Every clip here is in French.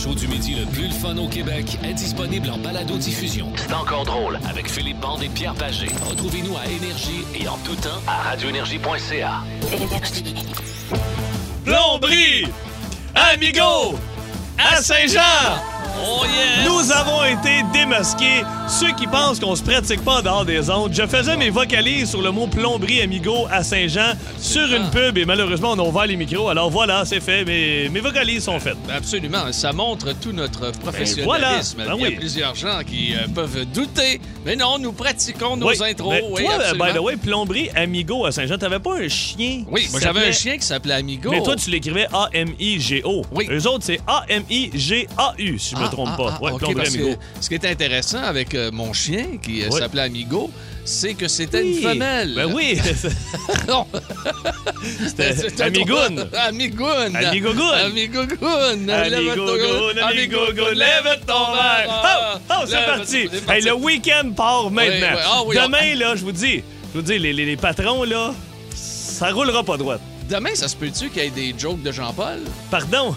show du midi le plus le fun au Québec est disponible en balado-diffusion. C'est encore drôle avec Philippe Bande et Pierre Pagé. Retrouvez-nous à Énergie et en tout temps à radioénergie.ca. Plomberie! Amigo! À Saint-Jean! Oh yeah! Nous avons été démasqués. Ceux qui pensent qu'on se pratique pas dehors des ondes, je faisais mes vocalises sur le mot plomberie amigo à Saint-Jean sur une pub et malheureusement on a ouvert les micros. Alors voilà, c'est fait. Mes vocalises sont faites. Absolument. Ça montre tout notre professionnalisme. Voilà. Il y a plusieurs gens qui peuvent douter. Mais non, nous pratiquons nos intros. Mais oui, toi, absolument. by the way, plomberie amigo à Saint-Jean, t'avais pas un chien? Oui, moi j'avais un chien qui s'appelait Amigo. Mais toi, tu l'écrivais A-M-I-G-O. Oui. Eux autres, c'est A-M-I-G-A-U, si je me trompe pas. Ouais, OK, plomberie parce amigo. que ce qui est intéressant avec mon chien, qui Oui. s'appelait Amigo, c'est que c'était une femelle. Ben oui. Non. C'était Amigoun. Amigoun. Amigogoun. Amigogoun. Amigogoun, Amigogoun, lève ton verre. Oh, c'est parti. Hey, le week-end part maintenant. Oui. Ah, oui, Demain, là, je vous dis, les patrons, là, ça roulera pas droit. Demain, ça se peut-tu qu'il y ait des jokes de Jean-Paul? Pardon?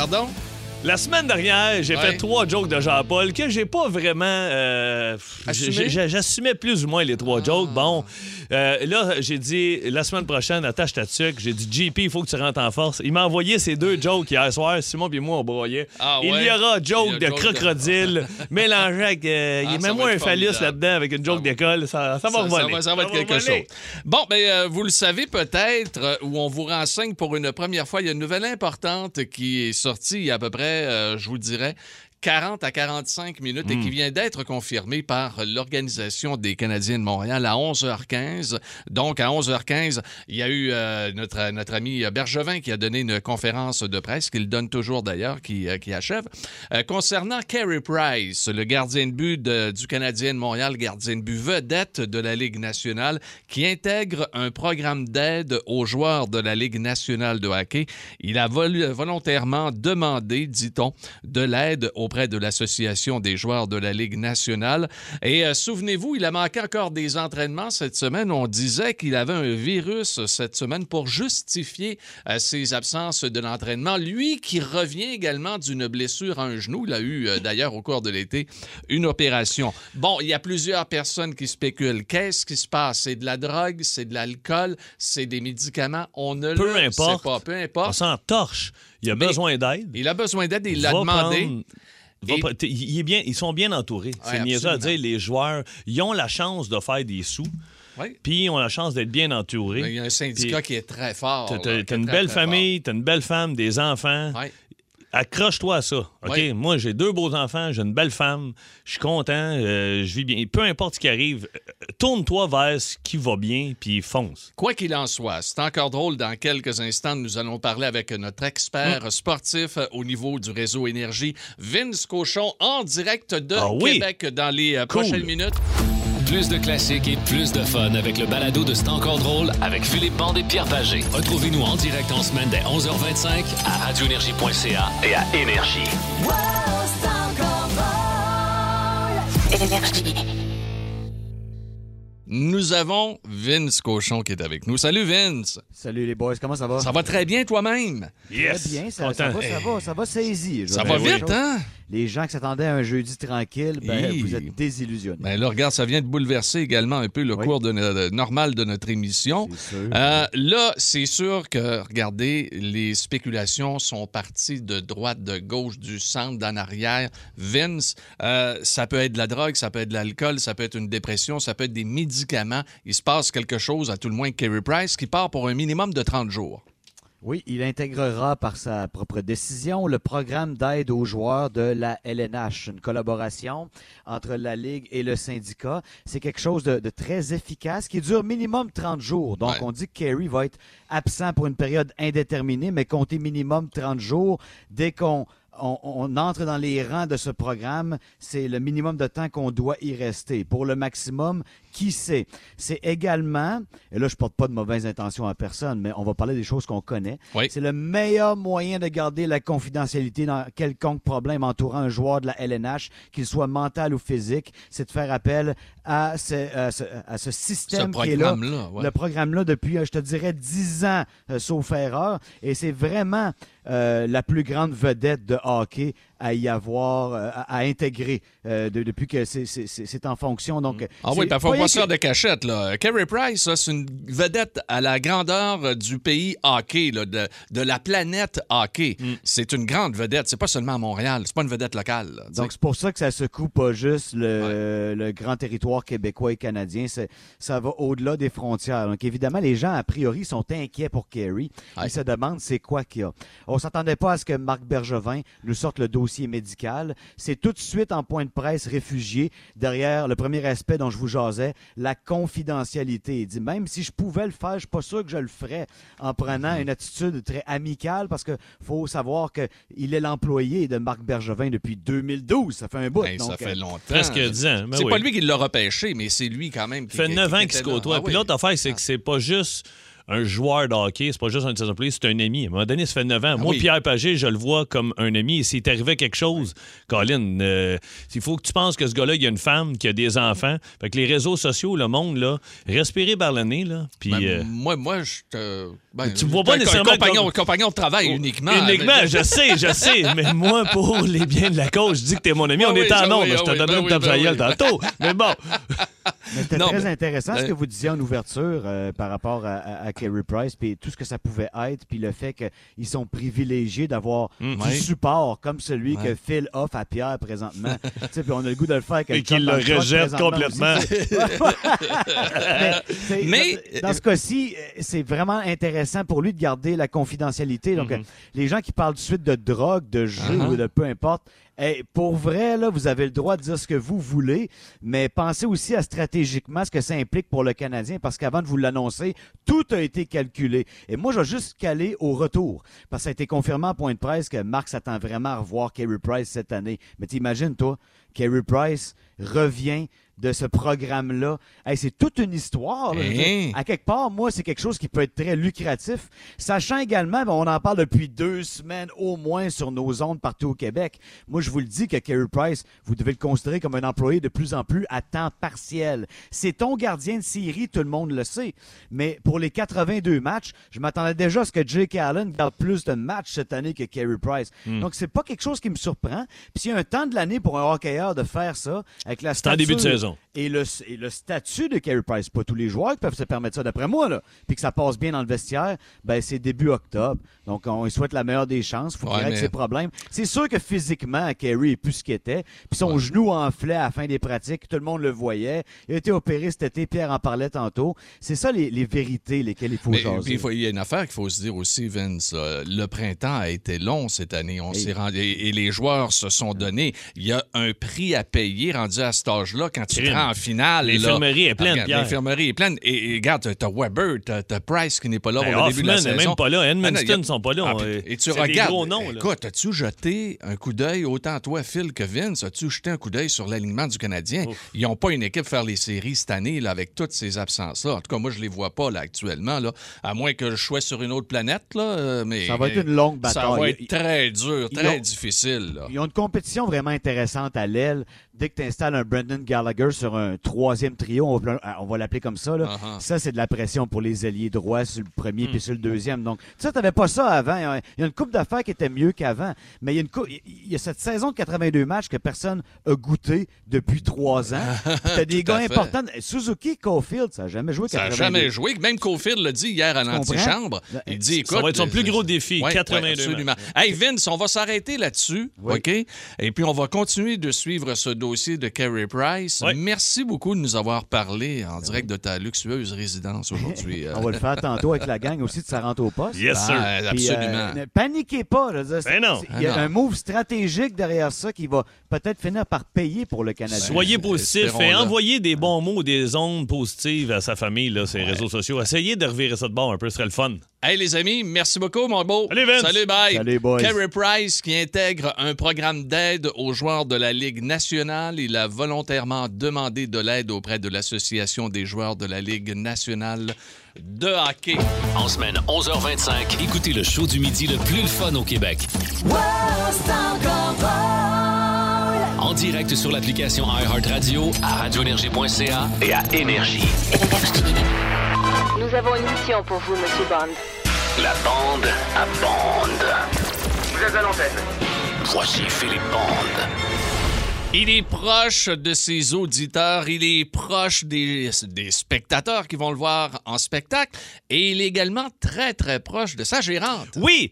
La semaine dernière, j'ai fait 3 jokes de Jean-Paul que j'ai pas vraiment... Assumé? J'assumais plus ou moins les 3 jokes. Bon, là, j'ai dit, la semaine prochaine, attache ta tuque. J'ai dit, JP, il faut que tu rentres en force. Il m'a envoyé ces 2 jokes hier soir. Simon et moi, on broyait. Ah, ouais? Il y aura joke de joke crocodile mélangé avec... Mets-moi un phallus là-dedans avec une joke d'école. Ça va revoler. Ça va être quelque chose. Bon, ben, vous le savez peut-être, où on vous renseigne pour une première fois, il y a une nouvelle importante qui est sortie il y a à peu près, je vous dirais, 40 à 45 minutes et qui vient d'être confirmée par l'Organisation des Canadiens de Montréal à 11h15. Donc, à 11h15, il y a eu notre ami Bergevin qui a donné une conférence de presse, qu'il donne toujours d'ailleurs, qui achève, concernant Carey Price, le gardien de but du Canadien de Montréal, gardien de but vedette de la Ligue nationale, qui intègre un programme d'aide aux joueurs de la Ligue nationale de hockey. Il a volontairement demandé, dit-on, de l'aide auprès de l'Association des joueurs de la Ligue nationale. Et souvenez-vous, il a manqué encore des entraînements cette semaine. On disait qu'il avait un virus cette semaine pour justifier ses absences de l'entraînement. Lui qui revient également d'une blessure à un genou. Il a eu d'ailleurs au cours de l'été une opération. Bon, il y a plusieurs personnes qui spéculent. Qu'est-ce qui se passe? C'est de la drogue? C'est de l'alcool? C'est des médicaments? On ne le sait pas. Peu importe. On s'en torche. Il a besoin d'aide. Il a besoin d'aide et il l'a demandé. Ils sont bien entourés. C'est niaiseux à dire, les joueurs, ils ont la chance de faire des sous. Oui. Puis ils ont la chance d'être bien entourés. Il y a un syndicat qui est très fort. T'as une belle famille, t'as une belle femme, des enfants. Oui. Accroche-toi à ça, OK? Oui. Moi, j'ai 2 beaux enfants, j'ai une belle femme, je suis content, je vis bien. Peu importe ce qui arrive, tourne-toi vers ce qui va bien, puis fonce. Quoi qu'il en soit, c'est encore drôle. Dans quelques instants, nous allons parler avec notre expert sportif au niveau du réseau Énergie, Vince Cochon, en direct de Québec dans les prochaines minutes. Plus de classiques et plus de fun avec le balado de C'est encore drôle avec Philippe Bande et Pierre Pagé. Retrouvez-nous en direct en semaine dès 11h25 à radioénergie.ca et à Énergie. Nous avons Vince Cochon qui est avec nous. Salut Vince! Salut les boys, comment ça va? Ça va très bien toi-même? Yes! Très bien, ça va saisir. Ça va vite, hein? Les gens qui s'attendaient à un jeudi tranquille, vous êtes désillusionnés. Ben là, regarde, ça vient de bouleverser également un peu le cours normal de notre émission. C'est sûr. Là, c'est sûr que, regardez, les spéculations sont parties de droite, de gauche, du centre, d'en arrière. Vince, ça peut être de la drogue, ça peut être de l'alcool, ça peut être une dépression, ça peut être des médicaments. Il se passe quelque chose, à tout le moins, Carey Price, qui part pour un minimum de 30 jours. Oui, il intégrera par sa propre décision le programme d'aide aux joueurs de la LNH, une collaboration entre la Ligue et le syndicat. C'est quelque chose de très efficace qui dure minimum 30 jours. Donc, on dit que Carey va être absent pour une période indéterminée, mais compter minimum 30 jours. Dès qu'on entre dans les rangs de ce programme, c'est le minimum de temps qu'on doit y rester. Pour le maximum, qui sait? C'est également, et là je porte pas de mauvaises intentions à personne, mais on va parler des choses qu'on connaît. Oui. C'est le meilleur moyen de garder la confidentialité dans quelconque problème entourant un joueur de la LNH, qu'il soit mental ou physique, c'est de faire appel à ce système qui est là. Le programme-là depuis, je te dirais, 10 ans, sauf erreur. Et c'est vraiment la plus grande vedette de hockey à y avoir, à intégrer depuis que c'est en fonction. Donc, ah oui, il ne faut pas se faire de cachette. Là. Carey Price, là, c'est une vedette à la grandeur du pays hockey, là, de la planète hockey. C'est une grande vedette. C'est pas seulement à Montréal. C'est pas une vedette locale. Là, donc, c'est pour ça que ça secoue pas juste le grand territoire québécois et canadien. Ça va au-delà des frontières. Donc, évidemment, les gens, a priori, sont inquiets pour Carey. Ils se demandent c'est quoi qu'il y a. On s'attendait pas à ce que Marc Bergevin nous sorte le dossier médical. C'est tout de suite en point de presse réfugié derrière le premier aspect dont je vous jasais, la confidentialité. Il dit, même si je pouvais le faire, je suis pas sûr que je le ferais en prenant une attitude très amicale parce que faut savoir qu'il est l'employé de Marc Bergevin depuis 2012. Ça fait un bout. Donc, ça fait longtemps. Presque 10 ans. C'est pas lui qui l'a repêché, mais c'est lui quand même qui... Ça fait 9 ans qu'il se côtoie. Puis l'autre affaire, c'est que c'est pas juste un joueur de hockey, c'est pas juste un de ses employés, c'est un ami. À un moment donné, ça fait 9 ans. Moi, Pierre Pagé, je le vois comme un ami. Et s'il t'arrivait quelque chose, Colin, il faut que tu penses que ce gars-là, il y a une femme, qui a des enfants. Fait que les réseaux sociaux, le monde, là, respirez par le nez, là. Puis, moi, je te... tu me vois pas nécessairement compagnon de travail uniquement. Uniquement, je sais. Mais moi, pour les biens de la cause, je dis que t'es mon ami. On est en ondes. Je te donnerai une tape sur la gueule tantôt. Mais bon... Mais c'était très intéressant ce que vous disiez en ouverture par rapport à Carey Price, puis tout ce que ça pouvait être, puis le fait qu'ils sont privilégiés d'avoir du support comme celui que Phil offre à Pierre présentement. Puis on a le goût de le faire. Et qu'il le rejette complètement. Mais dans ce cas-ci, c'est vraiment intéressant pour lui de garder la confidentialité. Donc, les gens qui parlent tout de suite de drogue, de jeu ou de peu importe, pour vrai, là, vous avez le droit de dire ce que vous voulez, mais pensez aussi à stratégiquement ce que ça implique pour le Canadien, parce qu'avant de vous l'annoncer, tout a été calculé. Et moi, je vais juste caler au retour, parce que ça a été confirmé en point de presse que Marc s'attend vraiment à revoir Carey Price cette année. Mais t'imagines, toi, Carey Price revient de ce programme-là. C'est toute une histoire. Là. À quelque part, moi, c'est quelque chose qui peut être très lucratif. Sachant également, on en parle depuis 2 semaines au moins sur nos ondes partout au Québec. Moi, je vous le dis que Carey Price, vous devez le considérer comme un employé de plus en plus à temps partiel. C'est ton gardien de série, tout le monde le sait. Mais pour les 82 matchs, je m'attendais déjà à ce que Jake Allen garde plus de matchs cette année que Carey Price. Donc, c'est pas quelque chose qui me surprend. Puis s'il y a un temps de l'année pour un hockeyeur de faire ça, avec la c'est en début de saison. Et le statut de Carey Price, pas tous les joueurs qui peuvent se permettre ça, d'après moi, là, puis que ça passe bien dans le vestiaire, c'est début octobre. Donc, on lui souhaite la meilleure des chances. Il faut qu'il règle ses problèmes. C'est sûr que physiquement, Carey est plus ce qu'il était. Puis son genou enflait à la fin des pratiques. Tout le monde le voyait. Il a été opéré cet été. Pierre en parlait tantôt. C'est ça les vérités lesquelles il faut jaser. Il y a une affaire qu'il faut se dire aussi, Vince. Le printemps a été long cette année. On s'est rendu, et les joueurs se sont donnés. Il y a un prix à payer rendu à cet âge-là quand tu prends en finale. L'infirmerie est pleine, Pierre. L'infirmerie est pleine. Et regarde, t'as Weber, t'as Price qui n'est pas là pour le début de la saison. Même pas là. Edmonton ne sont pas là. Et tu regardes. Écoute, as-tu jeté un coup d'œil, autant toi, Phil, que Vince, as-tu jeté un coup d'œil sur l'alignement du Canadien? Ils n'ont pas une équipe faire les séries cette année là, avec toutes ces absences-là. En tout cas, moi, je les vois pas là, actuellement, là, à moins que je sois sur une autre planète. Là, mais ça va être une longue bataille. Ça va être très dur, très difficile. Là. Ils ont une compétition vraiment intéressante à l'aile. Dès que tu installes un Brendan Gallagher sur un 3e trio, on va l'appeler comme ça, là. Ça, c'est de la pression pour les ailiers droits sur le premier puis sur le 2e. Donc, ça, tu n'avais pas ça avant. Il y a une coupe d'affaires qui était mieux qu'avant. Mais il y a cette saison de 82 matchs que personne a goûté depuis 3 ans. Tu as des gars importants. Suzuki, Caulfield, ça n'a jamais joué 82. Ça n'a jamais joué. Même Caulfield l'a dit hier à l'antichambre. Il dit, écoute... Ça va être son plus gros défi, 82 absolument. Hey, Vince, on va s'arrêter là-dessus, OK? Et puis, on va continuer de suivre ce dossier de Carey Price. Merci beaucoup de nous avoir parlé en direct de ta luxueuse résidence aujourd'hui. On va le faire tantôt avec la gang aussi de sa rentre au poste. Yes, sir. Absolument. Ne paniquez pas. Il y a un move stratégique derrière ça qui va peut-être finir par payer pour le Canadien. Soyez positifs et envoyez des bons mots, des ondes positives à sa famille, là, ses réseaux sociaux. Essayez de revirer ça de bord un peu, ce serait le fun. Hey les amis, merci beaucoup mon beau. Salut Vince. Salut, bye. Salut boys. Carey Price qui intègre un programme d'aide aux joueurs de la Ligue nationale. Il a volontairement demandé de l'aide auprès de l'Association des joueurs de la Ligue nationale de hockey. En semaine 11h25, écoutez le show du midi le plus fun au Québec. En direct sur l'application iHeartRadio, à radioénergie.ca et à Énergie. Nous avons une mission pour vous, Monsieur Bond. La bande à bande. Vous êtes à l'antenne. Voici Philippe Bande. Il est proche de ses auditeurs, il est proche des spectateurs qui vont le voir en spectacle et il est également très, très proche de sa gérante. Oui,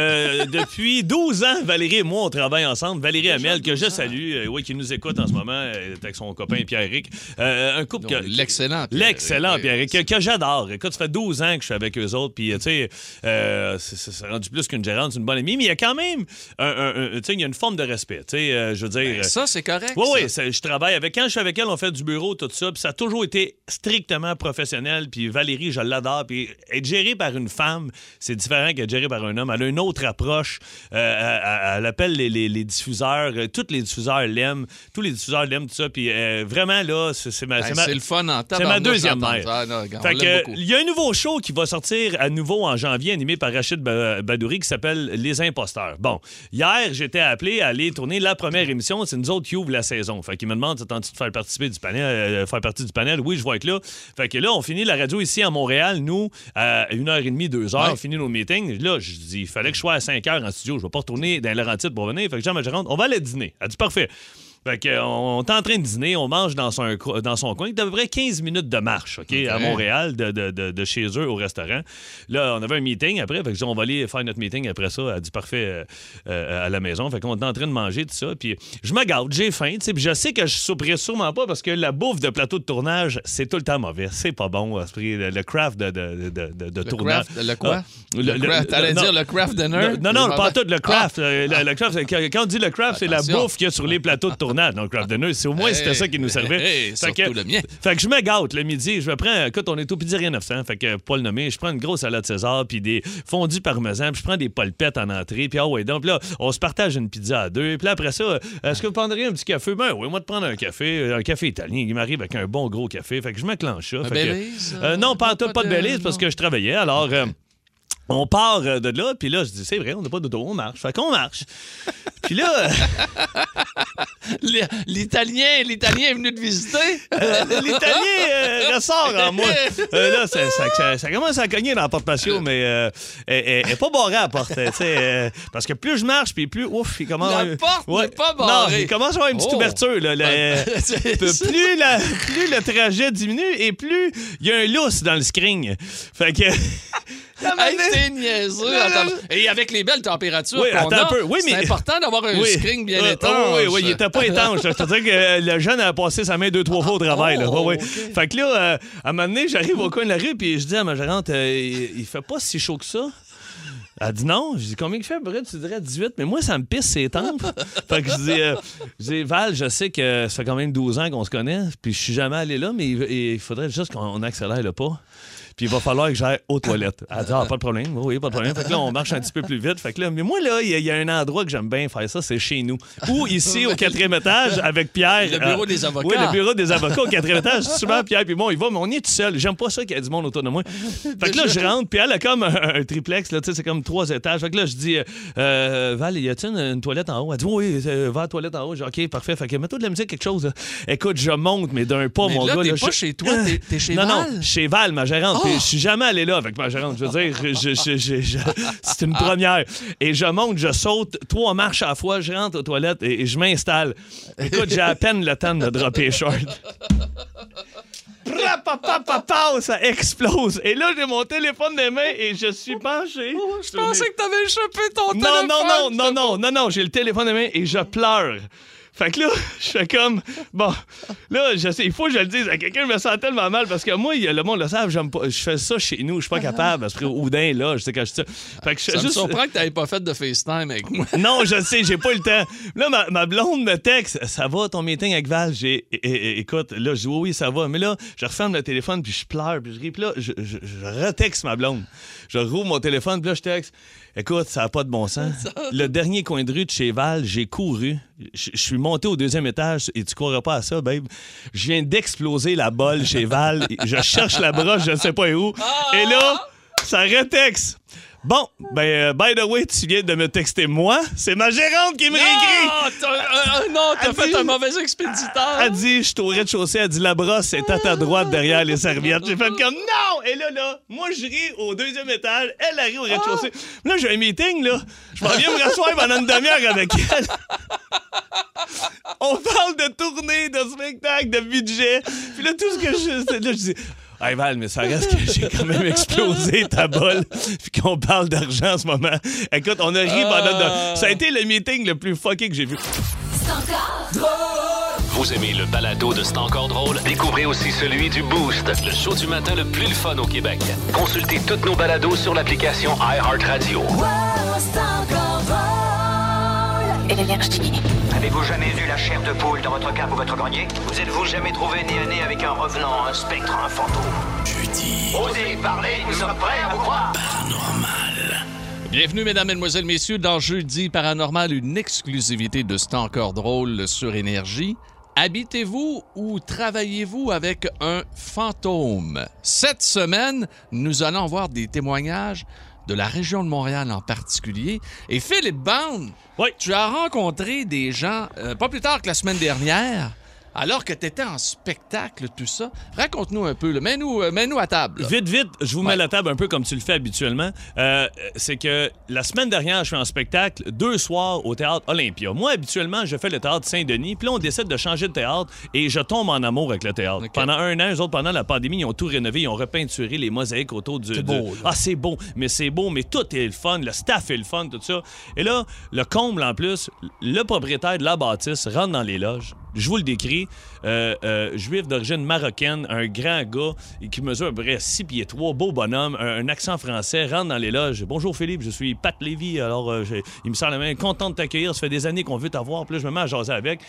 depuis 12 ans, Valérie et moi, on travaille ensemble. Valérie Hamel, que je salue, qui nous écoute en ce moment, avec son copain Pierre-Éric. Un couple L'excellent Pierre-Éric. L'excellent Pierre-Éric, que j'adore. Écoute, ça fait 12 ans que je suis avec eux autres, puis tu sais, c'est rendu plus qu'une gérante, c'est une bonne amie, mais il y a quand même, il y a une forme de respect, tu sais, je veux dire... Ça, c'est correct. Oui, je travaille avec. Quand je suis avec elle, on fait du bureau, tout ça. Puis ça a toujours été strictement professionnel. Puis Valérie, je l'adore. Puis être gérée par une femme, c'est différent qu'être gérée par un homme. Elle a une autre approche. Elle appelle les diffuseurs. Tous les diffuseurs l'aiment. Tous les diffuseurs l'aiment, tout ça. Puis vraiment, là, c'est le fun en temps. C'est ma deuxième mère. Fait que, il y a un nouveau show qui va sortir à nouveau en janvier, animé par Rachid Badouri, qui s'appelle Les Imposteurs. Bon, hier, j'étais appelé à aller tourner la première émission. C'est nous autres qui ouvrent la saison. Fait qu'il me demande, t'attends-tu de faire partie du panel? Oui, je vais être là. Fait que là, on finit la radio ici à Montréal, nous, à 1h30, 2h, ouais. On finit nos meetings. Là, je dis, il fallait que je sois à 5h en studio. Je vais pas retourner dans Laurentides pour venir. Fait que Jean ma gérante, on va aller dîner. Elle dit, parfait. Fait qu'on est en train de dîner, on mange dans son coin, d'à peu près 15 minutes de marche, OK, à Montréal, de chez eux au restaurant. Là, on avait un meeting après, fait que on va aller faire notre meeting après ça, elle dit parfait à la maison. Fait qu'on est en train de manger, tout ça, puis je me gâte, j'ai faim, tu sais, puis je sais que je souperai sûrement pas parce que la bouffe de plateau de tournage, c'est tout le temps mauvais, c'est pas bon, le craft de tournage. Le quoi? T'allais dire le craft dinner? Non, pas tout, le craft. Le craft, quand on dit le craft, c'est la bouffe qu'il y a sur les plateaux de tournage. Donc, craft dinner, c'est au moins c'était ça qui nous servait. Surtout le mien. Fait que je me gâte le midi. Je me prends, écoute, on est au Pizzeria 900, fait que pas le nommer. Je prends une grosse salade César, puis des fondus parmesan, puis je prends des polpettes en entrée, puis donc là, on se partage une pizza à deux. Puis là, après ça, est-ce que vous prendriez un petit café? Ben oui, moi, de prendre un café italien. Il m'arrive avec un bon gros café. Fait que je m'enclenche ça. Non, pas de Belize parce que je travaillais. Alors, on part de là, puis là, je dis, c'est vrai, on n'a pas d'auto, on marche. Fait qu'on marche. Puis là... L'Italien est venu te visiter? L'Italien ressort en moi. Là, ça commence à cogner dans la porte patio, mais elle n'est pas barrée à la porte. Parce que plus je marche, puis plus, ouf, il commence... La porte n'est pas barrée. Non, il commence à avoir une petite ouverture. Là, plus le trajet diminue et plus il y a un lousse dans le screen. Fait que... T'es niaiseux. Et avec les belles températures qu'on a, c'est important d'avoir un screen bien étanche. Oui, il était pas étanche. Je te dis que le jeune a passé sa main 2-3 fois au travail. Okay. Fait que là, à un moment donné, j'arrive au coin de la rue puis je dis à ma gérante, il fait pas si chaud que ça. Elle dit non. Je dis combien il fait, Brett? Tu dirais 18, mais moi, ça me pisse ses tempes. Fait que je dis, Val, je sais que ça fait quand même 12 ans qu'on se connaît, puis je suis jamais allé là, mais il faudrait juste qu'on accélère le pas. Puis il va falloir que j'aille aux toilettes. Elle dit, pas de problème. Oui, pas de problème. Fait que là, on marche un petit peu plus vite. Fait que là, mais moi, là, il y a un endroit que j'aime bien faire ça, c'est chez nous. Ou ici, au 4e étage, avec Pierre. Le bureau des avocats. Oui, le bureau des avocats au 4e étage. Souvent, Pierre, puis bon, il va, mais on est tout seul. J'aime pas ça qu'il y ait du monde autour de moi. Fait que là, je rentre, puis elle a comme un triplex, là, tu sais, c'est comme 3 étages. Fait que là, je dis, Val, y a-t-il une toilette en haut? Elle dit, oui, va à la toilette en haut. Je dis, OK, parfait. Fait que mets-toi de la musique, quelque chose. Là. Écoute, je monte, mais d'un pas, mon gars. T'es pas chez toi, t'es chez Val? Non, chez Val, ma gérante. Je suis jamais allé là avec ma gérante. Je veux dire, c'est une première. Et je monte, je saute 3 marches à la fois, je rentre aux toilettes et je m'installe. Écoute, j'ai à peine le temps de me dropper les shorts. Ça explose. Et là, j'ai mon téléphone des mains et je suis penché. Je pensais que t'avais échappé ton téléphone. Non, j'ai le téléphone des mains et je pleure. Fait que là, je fais comme... Bon, là, je sais, il faut que je le dise à quelqu'un, je me sens tellement mal parce que moi, le monde le savent, j'aime pas, je fais ça chez nous, je suis pas capable. Parce que Oudin, là, je sais quand je dis ça. Fait que ça me surprend que t'avais pas fait de FaceTime avec moi. Non, je sais, j'ai pas eu le temps. Là, ma blonde me texte, ça va ton meeting avec Val? Écoute, là, je dis oui, ça va. Mais là, je referme le téléphone, puis je pleure, puis je ris. Puis là, je retexte ma blonde. Je rouvre mon téléphone, puis là, je texte. Écoute, ça n'a pas de bon sens. Le dernier coin de rue de chez Val, j'ai couru. Je suis monté au 2e étage et tu courras pas à ça, babe. Je viens d'exploser la bolle chez Val. Je cherche la broche, je ne sais pas où. Et là, ça retexte. Bon, by the way, tu viens de me texter moi. C'est ma gérante qui me réécrit. T'as fait un mauvais expéditeur. Elle dit, je suis au rez-de-chaussée. Elle dit, la brosse est à ta droite derrière les serviettes. J'ai fait comme, non! Et là, moi, je ris au 2e étage. Elle rit au rez-de-chaussée. Là, j'ai un meeting, là. Je m'en viens me rasseoir pendant une demi-heure avec elle. On parle de tournée, de spectacle, de budget. Puis là, tout ce que je dis... Hey Val, mais ça reste que j'ai quand même explosé ta bolle puis qu'on parle d'argent en ce moment. Écoute, on a ri pendant... Ça a été le meeting le plus fucké que j'ai vu. C'est encore drôle! Vous aimez le balado de C'est encore drôle? Découvrez aussi celui du Boost, le show du matin le plus fun au Québec. Consultez toutes nos balados sur l'application iHeartRadio. Wow, c'est encore drôle! Énergie. Avez-vous jamais vu la chair de poule dans votre cave ou votre grenier? Vous êtes-vous jamais trouvé nez à nez avec un revenant, un spectre, un fantôme? Jeudi. Osez parler, nous sommes prêts à vous croire. Paranormal. Bienvenue, mesdames, mesdemoiselles, messieurs, dans Jeudi Paranormal, une exclusivité de C'est encore drôle sur Énergie. Habitez-vous ou travaillez-vous avec un fantôme? Cette semaine, nous allons voir des témoignages de la région de Montréal en particulier. Et Philippe Bande, oui. Tu as rencontré des gens, pas plus tard que la semaine dernière, alors que tu étais en spectacle, tout ça. Raconte-nous un peu, là. Mets-nous à table. Là. Vite, je vous mets la table un peu comme tu le fais habituellement. C'est que la semaine dernière, je suis en spectacle 2 soirs au Théâtre Olympia. Moi, habituellement, je fais le Théâtre Saint-Denis, puis là, on décide de changer de théâtre et je tombe en amour avec le théâtre. Okay. Pendant 1 an, eux autres, pendant la pandémie, ils ont tout rénové, ils ont repeinturé les mosaïques autour du... C'est beau, là. C'est beau, mais tout est le fun, le staff est le fun, tout ça. Et là, le comble en plus, le propriétaire de la bâtisse rentre dans les loges. Je vous le décris, juif d'origine marocaine, un grand gars qui mesure à peu près 6 pieds 3, beau bonhomme, un accent français, rentre dans les loges. Bonjour Philippe, je suis Pat Lévy, alors il me sent la main, content de t'accueillir, ça fait des années qu'on veut t'avoir, puis là je me mets à jaser avec.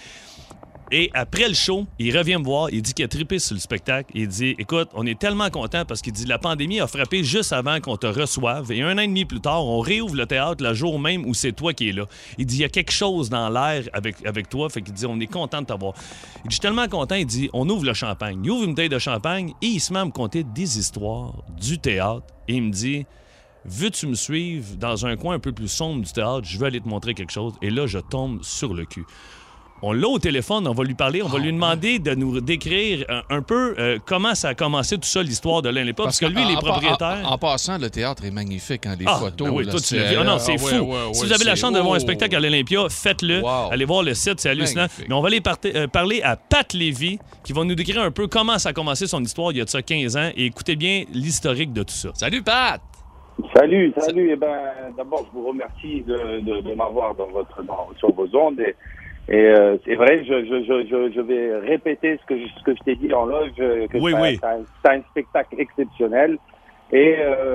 Et après le show, il revient me voir, il dit qu'il a trippé sur le spectacle. Il dit, écoute, on est tellement contents parce qu'il dit, la pandémie a frappé juste avant qu'on te reçoive. Et 1 an et demi plus tard, on réouvre le théâtre le jour même où c'est toi qui es là. Il dit, il y a quelque chose dans l'air avec toi. Fait qu'il dit, on est content de t'avoir. Il dit, je suis tellement content. Il dit, on ouvre le champagne. Il ouvre une bouteille de champagne et il se met à me conter des histoires du théâtre. Et il me dit, veux-tu me suivre dans un coin un peu plus sombre du théâtre? Je veux aller te montrer quelque chose. Et là, je tombe sur le cul. On l'a au téléphone, on va lui parler, on va lui demander de nous décrire un peu comment ça a commencé tout ça, l'histoire de l'Olympia, parce que lui, les propriétaires... En passant, le théâtre est magnifique, les photos. Ben oui, là, toi, tu l'as vu. Non, c'est fou. Si vous avez la chance de voir un spectacle à l'Olympia, faites-le. Wow. Allez voir le site, c'est hallucinant. Magnifique. Mais on va aller parler à Pat Lévy, qui va nous décrire un peu comment ça a commencé son histoire il y a de ça 15 ans, et écoutez bien l'historique de tout ça. Salut, Pat! Salut. Eh ben, d'abord, je vous remercie de m'avoir sur vos ondes. Et c'est vrai, je vais répéter ce que je t'ai dit en loge, que c'est un spectacle exceptionnel. Et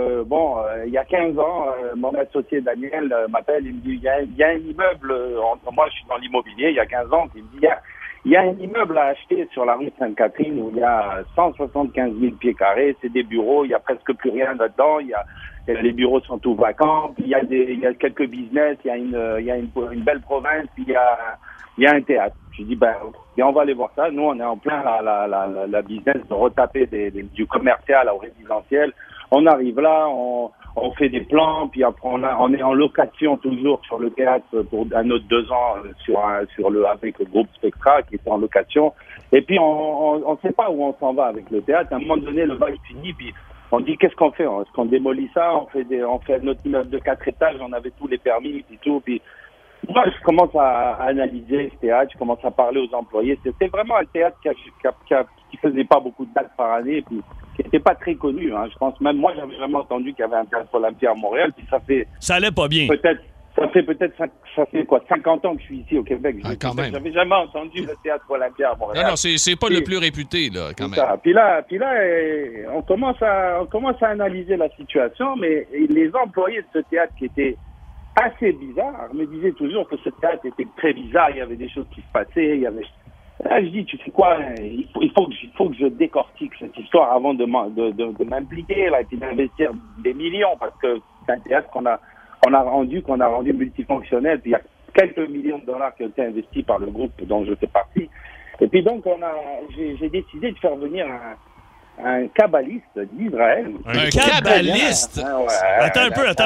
il y a 15 ans, mon associé Daniel m'appelle, il me dit, il y a un immeuble, moi je suis dans l'immobilier, il y a 15 ans, il me dit, il y a un immeuble à acheter sur la rue Sainte-Catherine où il y a 175 000 pieds carrés, c'est des bureaux, il y a presque plus rien là-dedans, les bureaux sont tous vacants, puis il y a quelques business, il y a une belle province, puis il y a un théâtre. Je dis, on va aller voir ça. Nous, on est en plein la business de retaper du commercial au résidentiel. On arrive là, on fait des plans, puis après on est en location toujours sur le théâtre pour un autre 2 ans avec le groupe Spectra qui est en location. Et puis on sait pas où on s'en va avec le théâtre. À un moment donné, le bail finit, puis on dit qu'est-ce qu'on fait? Est-ce qu'on démolit ça? On fait notre immeuble de 4 étages, on avait tous les permis et tout, puis moi, je commence à analyser ce théâtre, je commence à parler aux employés. C'était vraiment un théâtre qui faisait pas beaucoup de dates par année, puis qui n'était pas très connu. Hein. Je pense même moi, j'avais jamais entendu qu'il y avait un théâtre Olympia à Montréal, puis ça allait pas bien. Ça fait 50 ans que je suis ici au Québec. J'avais jamais entendu le théâtre Olympia à Montréal. Non, c'est pas le plus réputé là, quand même. Ça. Puis là, on commence à analyser la situation, mais les employés de ce théâtre qui étaient assez bizarre, me disait toujours que ce théâtre était très bizarre, il y avait des choses qui se passaient, Là, je dis, tu sais quoi, il faut que je décortique cette histoire avant de m'impliquer, là, et puis d'investir des millions, parce que c'est un théâtre qu'on a rendu multifonctionnel, puis il y a quelques millions de dollars qui ont été investis par le groupe dont je fais partie. Et puis donc, j'ai décidé de faire venir un kabbaliste d'Israël. Un kabbaliste? Attends un peu.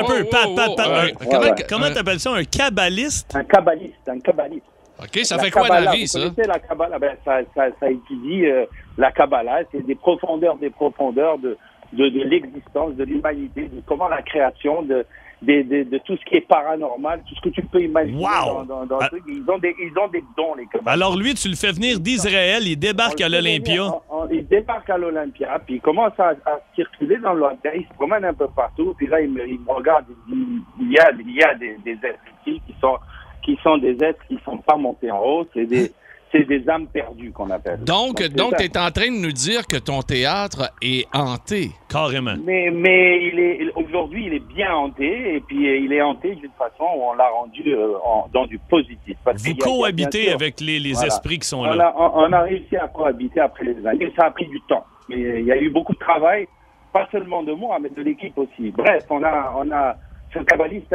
Pat. Comment t'appelles ça, un kabbaliste? Un kabbaliste. OK, ça la fait quoi Kabbalah, dans la vie, vous ça? connaissez la Kabbalah? Ça étudie la Kabbalah, c'est des profondeurs de l'existence, de l'humanité, de comment la création, de tout ce qui est paranormal, tout ce que tu peux imaginer dans le truc. Ils ont des dons, les Kabbalistes. Alors lui, tu le fais venir d'Israël, il débarque à l'Olympia. Il débarque à l'Olympia, puis il commence à circuler dans l'Olympia, il se promène un peu partout, puis là, il me regarde, il y a des êtres ici qui sont des êtres qui ne sont pas montés en haut, c'est des âmes perdues qu'on appelle. Donc tu es en train de nous dire que ton théâtre est hanté. Carrément. Mais aujourd'hui, il est bien hanté, et puis il est hanté d'une façon où on l'a rendu dans du positif. Vous cohabitez avec les esprits qui sont là. On a réussi à cohabiter après les années. Ça a pris du temps. Mais il y a eu beaucoup de travail, pas seulement de moi, mais de l'équipe aussi. Bref, ce kabbaliste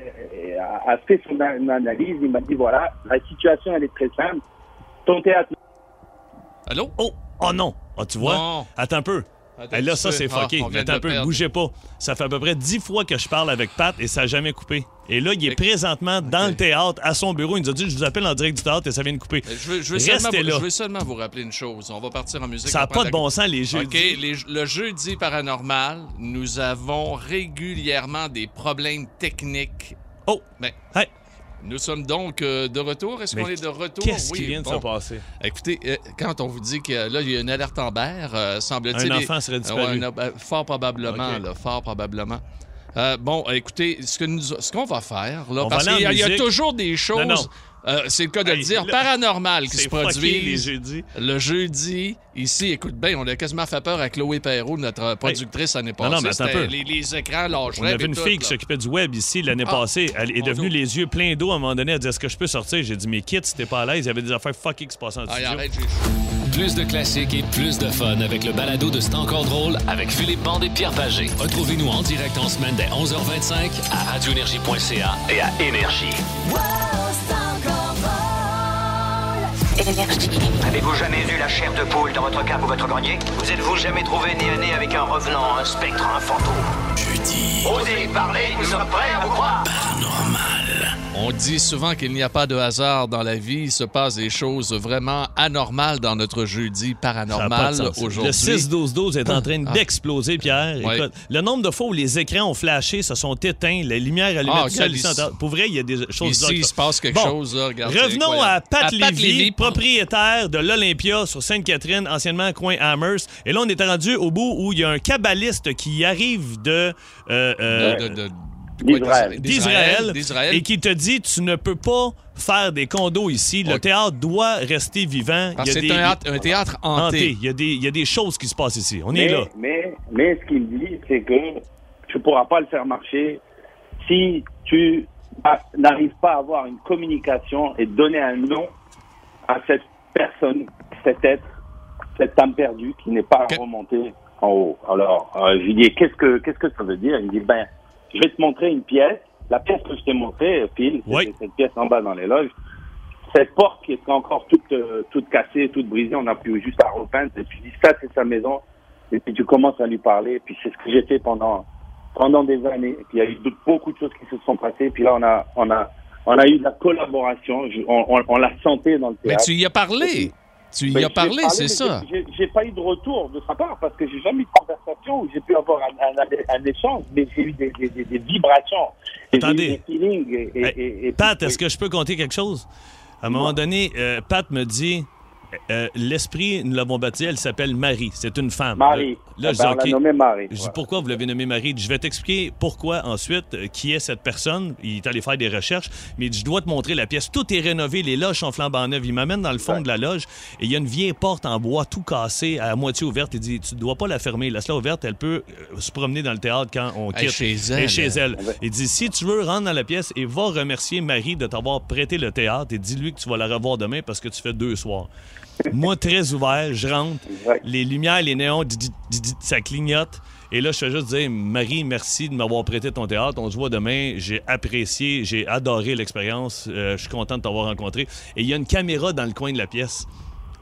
a fait son analyse. Il m'a dit, voilà, la situation, elle est très simple. Ton théâtre... Allô? Oh non! Ah, tu vois? Non. Attends un peu. Là, ça, c'est fucké. Attends un peu, bougez pas. Ça fait à peu près 10 fois que je parle avec Pat et ça n'a jamais coupé. Et là, il est présentement dans le théâtre, à son bureau. Il nous a dit, je vous appelle en direct du théâtre et ça vient de couper. Je veux seulement vous rappeler une chose. On va partir en musique. Ça n'a pas de bon sens, les jeudis. OK, le jeudi paranormal, nous avons régulièrement des problèmes techniques. Oh! Mais, hey. Nous sommes donc de retour. Est-ce qu'on est de retour? Qu'est-ce qui vient de se passer? Écoutez, quand on vous dit que là, il y a une alerte Amber, semble-t-il... Un enfant serait disparu. Fort probablement, okay. Fort probablement. Bon, écoutez, ce qu'on va faire, là, on parce qu'il y a toujours des choses... Non. C'est le cas de le dire, paranormal qui se produit les jeudis. Le jeudi, ici, écoute bien, on a quasiment fait peur à Chloé Perrault, notre productrice l'année passée. Non, mais attends un peu. Les écrans lâcheraient. On avait une fille qui s'occupait du web ici l'année passée. Elle est devenue les yeux pleins d'eau à un moment donné. Elle dit, est-ce que je peux sortir? J'ai dit, mais quitte, si t'es pas à l'aise. Il y avait des affaires fucking qui se passaient en studio. Arrête, plus de classiques et plus de fun avec le balado de C'est encore drôle avec Philippe Bande et Pierre Pagé. Retrouvez-nous en direct en semaine dès 11h25 à radioénergie.ca et à Énergie. Avez-vous jamais eu la chair de poule dans votre cave ou votre grenier? Vous êtes-vous jamais trouvé nez à nez avec un revenant, un spectre, un fantôme? Jeudi. Osez parler, nous sommes prêts à vous croire. Paranormal. On dit souvent qu'il n'y a pas de hasard dans la vie. Il se passe des choses vraiment anormales dans notre jeudi paranormal aujourd'hui. Le 6-12-12 est en train d'exploser, Pierre. Ouais. Écoute, le nombre de fois où les écrans ont flashé, se sont éteints, les lumières allumées, pour vrai, il y a des choses... Ici, il se passe quelque chose. Là, regardez, revenons à Pat Lévy, Pat propriétaire de l'Olympia sur Sainte-Catherine, anciennement coin Amherst. Et là, on est rendu au bout où il y a un kabbaliste qui arrive d'Israël et qui te dit tu ne peux pas faire des condos ici. Le théâtre doit rester vivant. C'est un théâtre hanté. Il y a des choses qui se passent ici. On est là. Mais ce qu'il me dit, c'est que tu ne pourras pas le faire marcher si tu n'arrives pas à avoir une communication et donner un nom à cette personne, cet être, cette âme perdue qui n'est pas remontée en haut. Alors, je lui dis, qu'est-ce que ça veut dire? Il me dit, je vais te montrer une pièce. La pièce que je t'ai montrée, Phil, c'est cette pièce en bas dans les loges. Cette porte qui est encore toute cassée, toute brisée, on a pu juste à repeindre. Et puis, je dis, ça, c'est sa maison. Et puis, tu commences à lui parler. Et puis, c'est ce que j'ai fait pendant des années. Et puis, il y a eu beaucoup de choses qui se sont passées. Et puis là, on a eu de la collaboration. On l'a sentait dans le théâtre. Mais tu y as parlé. Tu y as parlé, c'est ça. J'ai pas eu de retour de sa part parce que j'ai jamais eu de conversation où j'ai pu avoir un échange, mais j'ai eu des vibrations. Attendez. Des feelings. Pat, est-ce que je peux compter quelque chose? À un moment donné, Pat me dit... l'esprit, nous l'avons baptisée, elle s'appelle Marie. C'est une femme. Marie. Là, je dis, on l'a nommée Marie. Je dis, pourquoi vous l'avez nommée Marie? Je vais t'expliquer pourquoi ensuite, qui est cette personne. Il est allé faire des recherches, mais je dois te montrer la pièce. Tout est rénové, les loges sont flambant neuves. Il m'amène dans le fond de la loge et il y a une vieille porte en bois tout cassée, à moitié ouverte. Il dit, tu ne dois pas la fermer. Laisse-la ouverte, elle peut se promener dans le théâtre quand on quitte. Chez elle. Il dit, si tu veux, rentre dans la pièce et va remercier Marie de t'avoir prêté le théâtre et dis-lui que tu vas la revoir demain parce que tu fais 2 soirs. Moi, très ouvert, je rentre, les lumières, les néons, ça clignote. Et là, je fais juste dire, Marie, merci de m'avoir prêté ton théâtre. On se voit demain. J'ai apprécié, j'ai adoré l'expérience. Je suis content de t'avoir rencontré. Et il y a une caméra dans le coin de la pièce.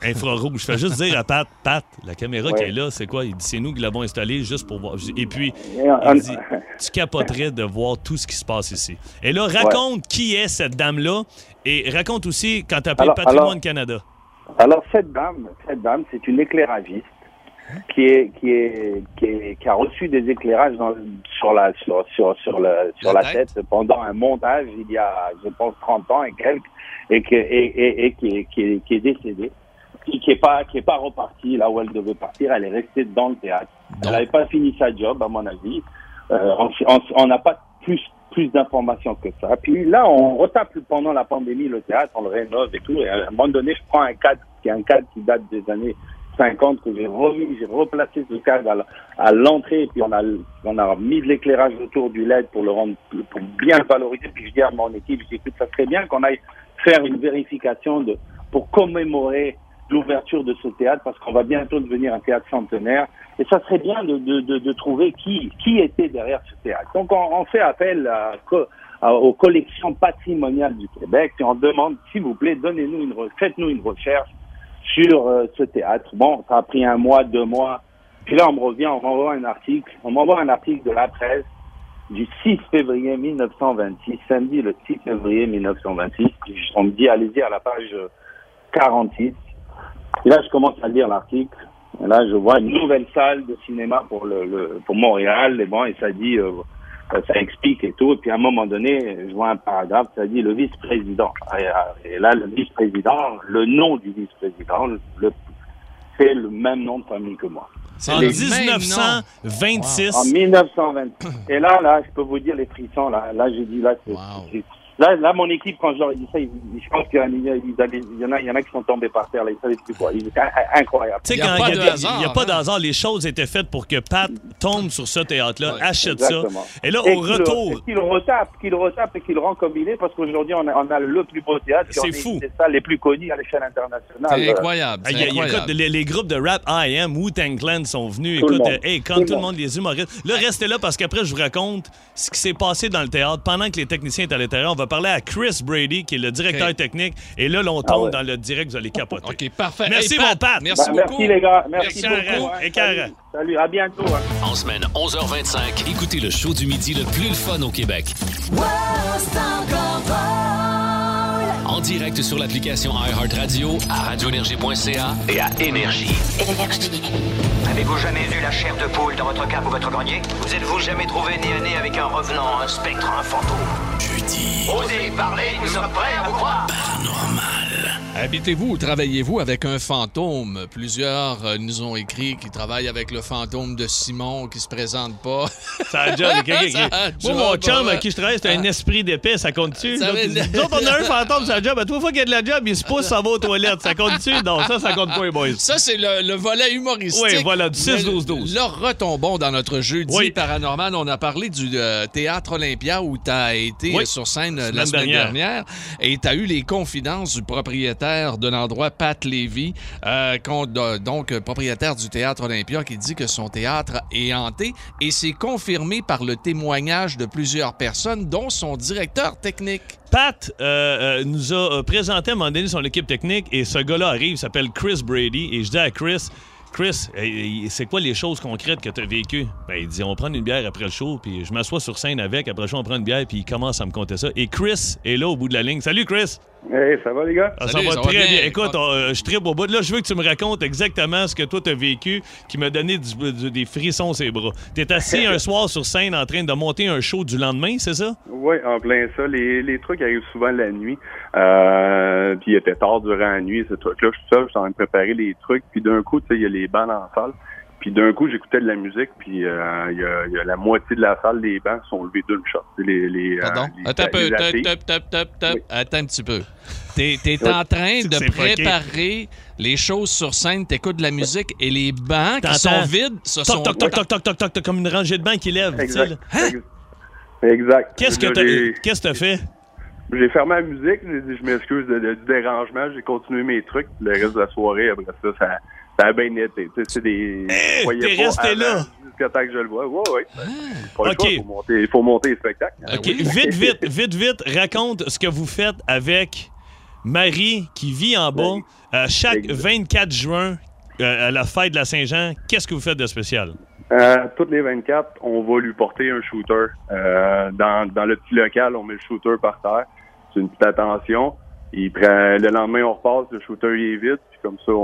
Infrarouge. Je fais juste dire à Pat, la caméra qui est là, c'est quoi? Il dit, c'est nous qui l'avons installée juste pour voir. Et puis, il dit, tu capoterais de voir tout ce qui se passe ici. Et là, raconte qui est cette dame-là et raconte aussi quand tu appelles Patrimoine Canada. Alors, cette dame, c'est une éclairagiste qui a reçu des éclairages sur la tête pendant un montage il y a, je pense, 30 ans et quelques, et qui est décédée, qui est pas repartie là où elle devait partir. Elle est restée dans le théâtre. Elle n'avait pas fini sa job, à mon avis. On n'a pas plus d'informations que ça. Puis là, on retape pendant la pandémie le théâtre, on le rénove et tout. Et à un moment donné, je prends un cadre qui date des années 50 que j'ai replacé ce cadre à l'entrée, et puis on a mis de l'éclairage autour du LED pour bien le valoriser. Puis je dis à mon équipe, écoute, ça serait bien qu'on aille faire une vérification pour commémorer l'ouverture de ce théâtre, parce qu'on va bientôt devenir un théâtre centenaire, et ça serait bien de trouver qui était derrière ce théâtre. Donc on fait appel aux collections patrimoniales du Québec, et on demande, s'il vous plaît, faites-nous une recherche sur ce théâtre. Bon, ça a pris 1 mois, 2 mois. Puis là, on m'envoie un article de la presse du 6 février 1926, samedi le 6 février 1926. On me dit, allez-y à la page 46. Et là, je commence à lire l'article. Et là, je vois une nouvelle salle de cinéma pour Montréal. Et bon, et ça dit, ça explique et tout. Et puis à un moment donné, je vois un paragraphe, ça dit le vice-président. Et là, le vice-président, le nom du vice-président, c'est le même nom de famille que moi. C'est en 1926. En 1926. Et là, je peux vous dire les frissons. Là, j'ai dit, Là, mon équipe, quand je leur ai dit ça, je pense qu'il y en a qui sont tombés par terre. Là, ils savaient plus quoi. Incroyable. Tu sais, quand il n'y a pas de hasard, les choses étaient faites pour que Pat tombe sur ce théâtre-là, achète exactement. Ça. Et là, au retour... Qu'il retape et qu'il le rend comme il est, parce qu'aujourd'hui, on a le plus beau théâtre. C'est fou. C'est ça, les plus connus à l'échelle internationale. C'est incroyable. Écoute, les groupes de rap I.M., Wu-Tang Clan sont venus. Écoute, tout le monde, les humoristes. Là, restez là, parce qu'après, je vous raconte ce qui s'est passé dans le théâtre pendant que les techniciens étaient à l'intérieur. On va parler à Chris Brady, qui est le directeur technique. Et là, on tombe dans le direct, vous allez capoter. OK, parfait. Merci, mon Pat. Merci beaucoup. Merci, les gars. Merci beaucoup. Salut, à bientôt. En semaine, 11h25, écoutez le show du midi le plus fun au Québec. En direct sur l'application iHeartRadio, à radioénergie.ca et à Énergie. Avez-vous jamais vu la chair de poule dans votre cape ou votre grenier? Vous êtes-vous jamais trouvé nez à nez avec un revenant, un spectre, un fantôme? Jeudi. Osez parler, nous sommes prêts à vous croire. Paranormal. Habitez-vous ou travaillez-vous avec un fantôme? Plusieurs nous ont écrit qu'ils travaillent avec le fantôme de Simon qui se présente pas. Ça a job. Moi, mon chum à qui je travaille, c'est un esprit d'épée. Ça compte-tu? Nous autres, on a un fantôme sur la job. À trois fois qu'il y a de la job, il se pousse, ça va aux toilettes. Ça compte-tu? Non, ça compte pas, les boys. Ça, c'est le volet humoristique. Oui, voilà, du 6-12-12. Là, retombons dans notre jeudi paranormal. On a parlé du Théâtre Olympia où tu as été sur scène la semaine dernière. Et tu as eu les confidences du propriétaire de l'endroit, Pat Lévy, donc propriétaire du Théâtre Olympia, qui dit que son théâtre est hanté. Et c'est confirmé par le témoignage de plusieurs personnes, dont son directeur technique. Pat nous a présenté à un moment donné son équipe technique, et ce gars-là arrive, il s'appelle Chris Brady, et je dis à Chris, c'est quoi les choses concrètes que tu as vécues? Ben, il dit, on prend une bière après le show, puis je m'assois sur scène avec, après le show, on prend une bière, puis il commence à me conter ça. Et Chris est là au bout de la ligne. Salut, Chris! Hey, ça va, les gars? Salut, ça va très bien. Écoute, je tripe au bout. Là, je veux que tu me racontes exactement ce que toi, t'as vécu, qui m'a donné des frissons sur les bras. T'es assis un soir sur scène en train de monter un show du lendemain, c'est ça? Oui, en plein ça. Les trucs arrivent souvent la nuit. Puis il était tard durant la nuit, ce truc-là. Je suis seul, je suis en train de préparer les trucs. Puis d'un coup, tu sais, il y a les bancs dans la salle. Puis d'un coup, j'écoutais de la musique, puis il y a la moitié de la salle, les bancs sont levés d'une shot. Pardon? Attends un peu. Attends un petit peu. T'es en train de préparer les choses sur scène, t'écoutes de la musique, et les bancs qui sont vides, ce sont... Toc, comme une rangée de bancs qui lèvent. Exact. Hein? Exact. Qu'est-ce que t'as fait? J'ai fermé la musique, j'ai dit je m'excuse du dérangement, j'ai continué mes trucs, le reste de la soirée, après ça a bien été. C'est des... t'es resté là! Jusqu'à temps que je le vois. Oui. Il faut monter les spectacles. OK, vite, raconte ce que vous faites avec Marie, qui vit en bas, chaque 24 juin, à la fête de la Saint-Jean, qu'est-ce que vous faites de spécial? Toutes les 24, on va lui porter un shooter. Dans le petit local, on met le shooter par terre. C'est une petite attention. Le lendemain, on repasse, le shooter il est vide, puis comme ça,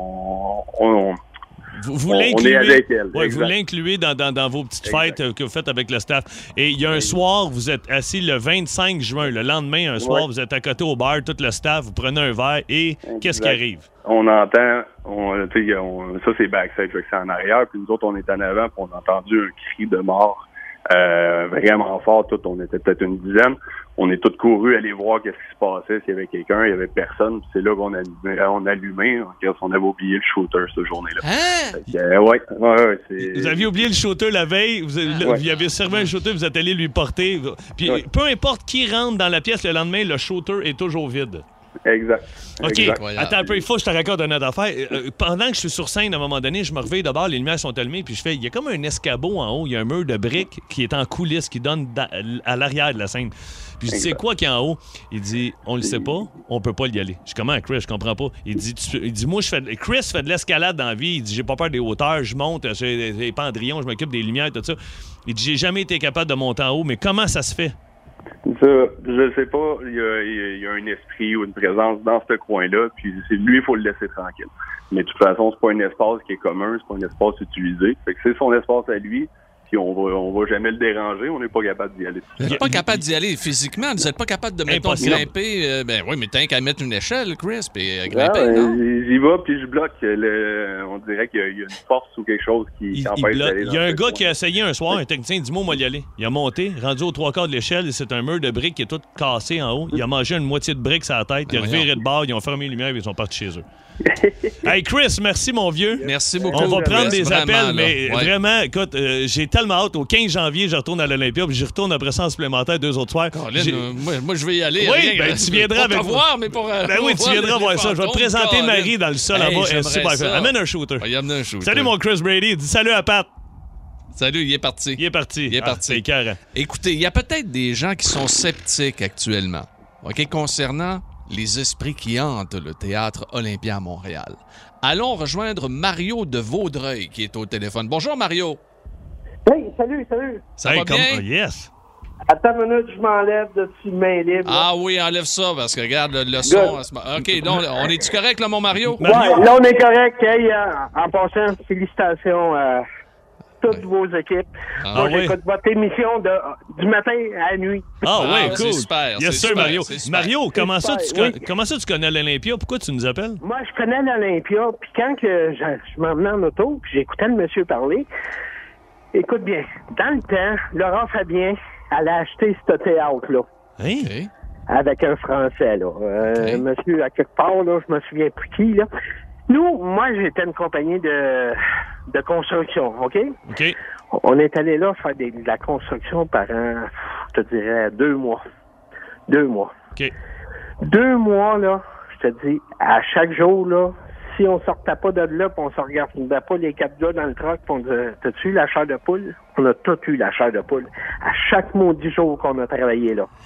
on est avec elle. Oui, vous l'incluez dans vos petites fêtes que vous faites avec le staff. Et il y a un soir, vous êtes assis le 25 juin. Le lendemain, soir, vous êtes à côté au bar, tout le staff, vous prenez un verre et qu'est-ce qui arrive? On entend, ça c'est backstage, c'est en arrière, puis nous autres, on est en avant, puis on a entendu un cri de mort vraiment fort. On était peut-être une dizaine. On est tous courus aller voir qu'est-ce qui se passait, s'il y avait quelqu'un, il y avait personne. Puis c'est là qu'on allumait. On avait oublié le shooter cette journée-là. Hein? Ouais, vous aviez oublié le shooter la veille, vous avez servi un shooter, vous êtes allé lui porter. Puis peu importe qui rentre dans la pièce le lendemain, le shooter est toujours vide. Exact. OK. Exact. Attends un peu, il faut que je te raconte une autre affaire. Pendant que je suis sur scène, à un moment donné, je me réveille d'abord, les lumières sont allumées, puis je fais, il y a comme un escabeau en haut, il y a un mur de briques qui est en coulisses, qui donne à l'arrière de la scène. Puis je dis, c'est quoi qui est en haut? Il dit, on le sait pas, on peut pas y aller. Je dis, comment, Chris? Je comprends pas. Il dit, moi, Chris fait de l'escalade dans la vie. Il dit, j'ai pas peur des hauteurs, je monte, j'ai des pendrillons, je m'occupe des lumières, tout ça. Il dit, j'ai jamais été capable de monter en haut, mais comment ça se fait? Ça, je sais pas, il y a un esprit ou une présence dans ce coin-là, puis lui, il faut le laisser tranquille. Mais de toute façon, c'est pas un espace qui est commun, c'est pas un espace utilisé. Fait que c'est son espace à lui, puis on va jamais le déranger, on n'est pas capable d'y aller. Vous n'êtes pas capable d'y aller physiquement, vous n'êtes pas capable de mettons, grimper. Oui, mais t'as qu'à mettre une échelle, Chris, puis grimper, non? J'y vais, puis je bloque. On dirait qu'il y a une force ou quelque chose qui empêche d'aller. Il y a un gars qui a essayé un soir, un technicien, il dit, moi, y aller. Il a monté, rendu aux 3/4 de l'échelle, c'est un mur de briques qui est tout cassé en haut. Il a mangé une moitié de briques sur la tête, il a reviré de bord, ils ont fermé les lumières et ils sont partis chez eux. Hey Chris, merci mon vieux. Merci beaucoup. On va prendre des vraiment, appels, mais vraiment, écoute, j'ai tellement hâte. Au 15 janvier, je retourne à l'Olympia, puis j'y retourne après ça en supplémentaire 2 autres soirs. Moi, je vais y aller. Oui, ben tu viendras avec voir, mais pour oui, tu viendras voir ça. Je vais te présenter Marie dans le sol là-bas. Elle est super fun. Amène un shooter. Salut mon Chris Brady. Dis salut à Pat. Salut, il est parti. Il est parti. C'est carré. Écoutez, il y a peut-être des gens qui sont sceptiques actuellement, OK, concernant les esprits qui hantent le Théâtre Olympia à Montréal. Allons rejoindre Mario de Vaudreuil qui est au téléphone. Bonjour, Mario. Hey, salut. Ça va bien? Yes. Attends une minute, je m'enlève de dessus main libre. Ah oui, enlève ça, parce que regarde, le son... OK, là, on est-tu correct, là, mon Mario? Ouais, là, on est correct. Hey, en passant, félicitations à toutes vos équipes. Moi, j'écoute votre émission du matin à la nuit. Ah oui, cool. C'est super. Yes, sir, Mario. Mario, comment ça tu connais l'Olympia? Pourquoi tu nous appelles? Moi, je connais l'Olympia, puis quand je m'emmenais en auto, puis j'écoutais le monsieur parler, écoute bien, dans le temps, Laurent Fabien, elle a acheté ce théâtre-là. Hein? Okay. Avec un Français, là. Monsieur, à quelque part, là, je me souviens plus qui, là. Moi, j'étais une compagnie de construction, OK? OK. On est allé là faire de la construction pendant, je te dirais, 2 mois. 2 mois. OK. 2 mois, là, je te dis, à chaque jour, là, si on sortait pas de là, puis on se regardait pas les 4 gars dans le truck, puis on disait, t'as-tu eu la chair de poule? On a tout eu la chair de poule. À chaque maudit jour qu'on a travaillé là.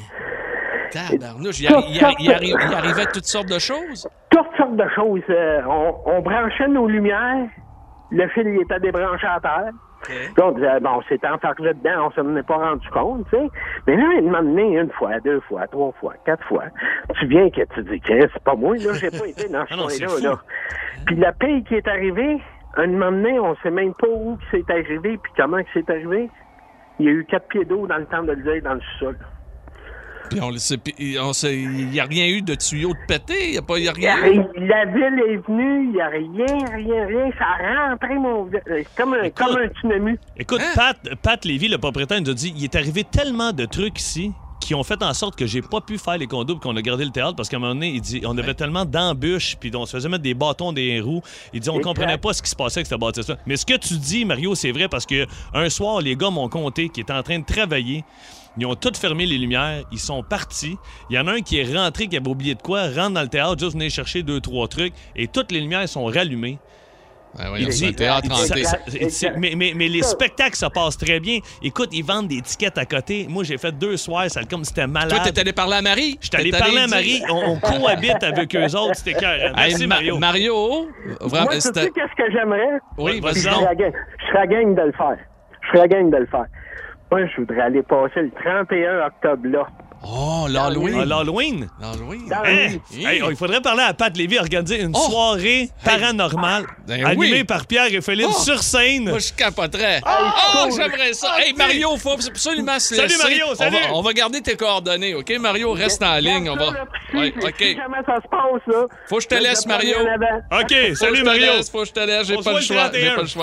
Tabarnouche, il arrivait toutes sortes de choses? Toutes sortes de choses. On branchait nos lumières, le fil il était débranché à terre. Okay. Puis on disait, bon, c'était enfargé dedans, on s'en est pas rendu compte, tu sais. Mais là, il m'a amené 1 fois, 2 fois, 3 fois, 4 fois. Tu viens que tu dis, c'est pas moi, là, j'ai pas été dans ce coin-là, là. Puis la paye qui est arrivée, un moment donné, on sait même pas où c'est arrivé, puis comment c'est arrivé. Il y a eu 4 pieds d'eau dans le temps de le dire dans le sous-sol. Puis il n'y a rien eu de tuyau de pété? Il n'y a rien. La ville est venue, il n'y a rien. Ça a rentré, comme un tsunami. Écoute, Pat Lévy, le propriétaire, nous a dit il est arrivé tellement de trucs ici qui ont fait en sorte que j'ai pas pu faire les condos et qu'on a gardé le théâtre parce qu'à un moment donné, il dit on avait tellement d'embûches puis on se faisait mettre des bâtons des roues. Il dit on comprenait pas ce qui se passait avec cette bâtisse-là. Mais ce que tu dis, Mario, c'est vrai parce que un soir, les gars m'ont compté qu'ils étaient en train de travailler. Ils ont tous fermé les lumières. Ils sont partis. Il y en a un qui est rentré, qui avait oublié de quoi, rentre dans le théâtre, juste venir chercher 2-3 trucs et toutes les lumières sont rallumées. Il dit, théâtre hanté. Mais les spectacles, ça passe très bien. Écoute, ils vendent des tickets à côté. Moi, j'ai fait 2 soirs, comme c'était malade. Toi, t'es allé parler à Marie? J'étais allé parler à Marie. On cohabite avec eux autres. C'était cœur. Merci, Mario. Mario, vraiment, moi, tu sais qu'est-ce que j'aimerais? Oui, vas-y. Je serais gang de le faire. Moi, je voudrais aller passer le 31 octobre là. Oh, l'Halloween. L'Halloween? L'Halloween. Il faudrait parler à Pat Lévy, organiser une soirée paranormale animée par Pierre et Philippe sur scène. Moi, je capoterais. J'aimerais ça. Hey, Mario, faut absolument se laisser. Salut, Mario, salut. On va garder tes coordonnées, OK? Mario, reste en ligne. On va... OK. Si jamais ça se passe, là. Faut que je te laisse, Mario. OK, salut, Mario. Faut que je te laisse. J'ai pas le choix.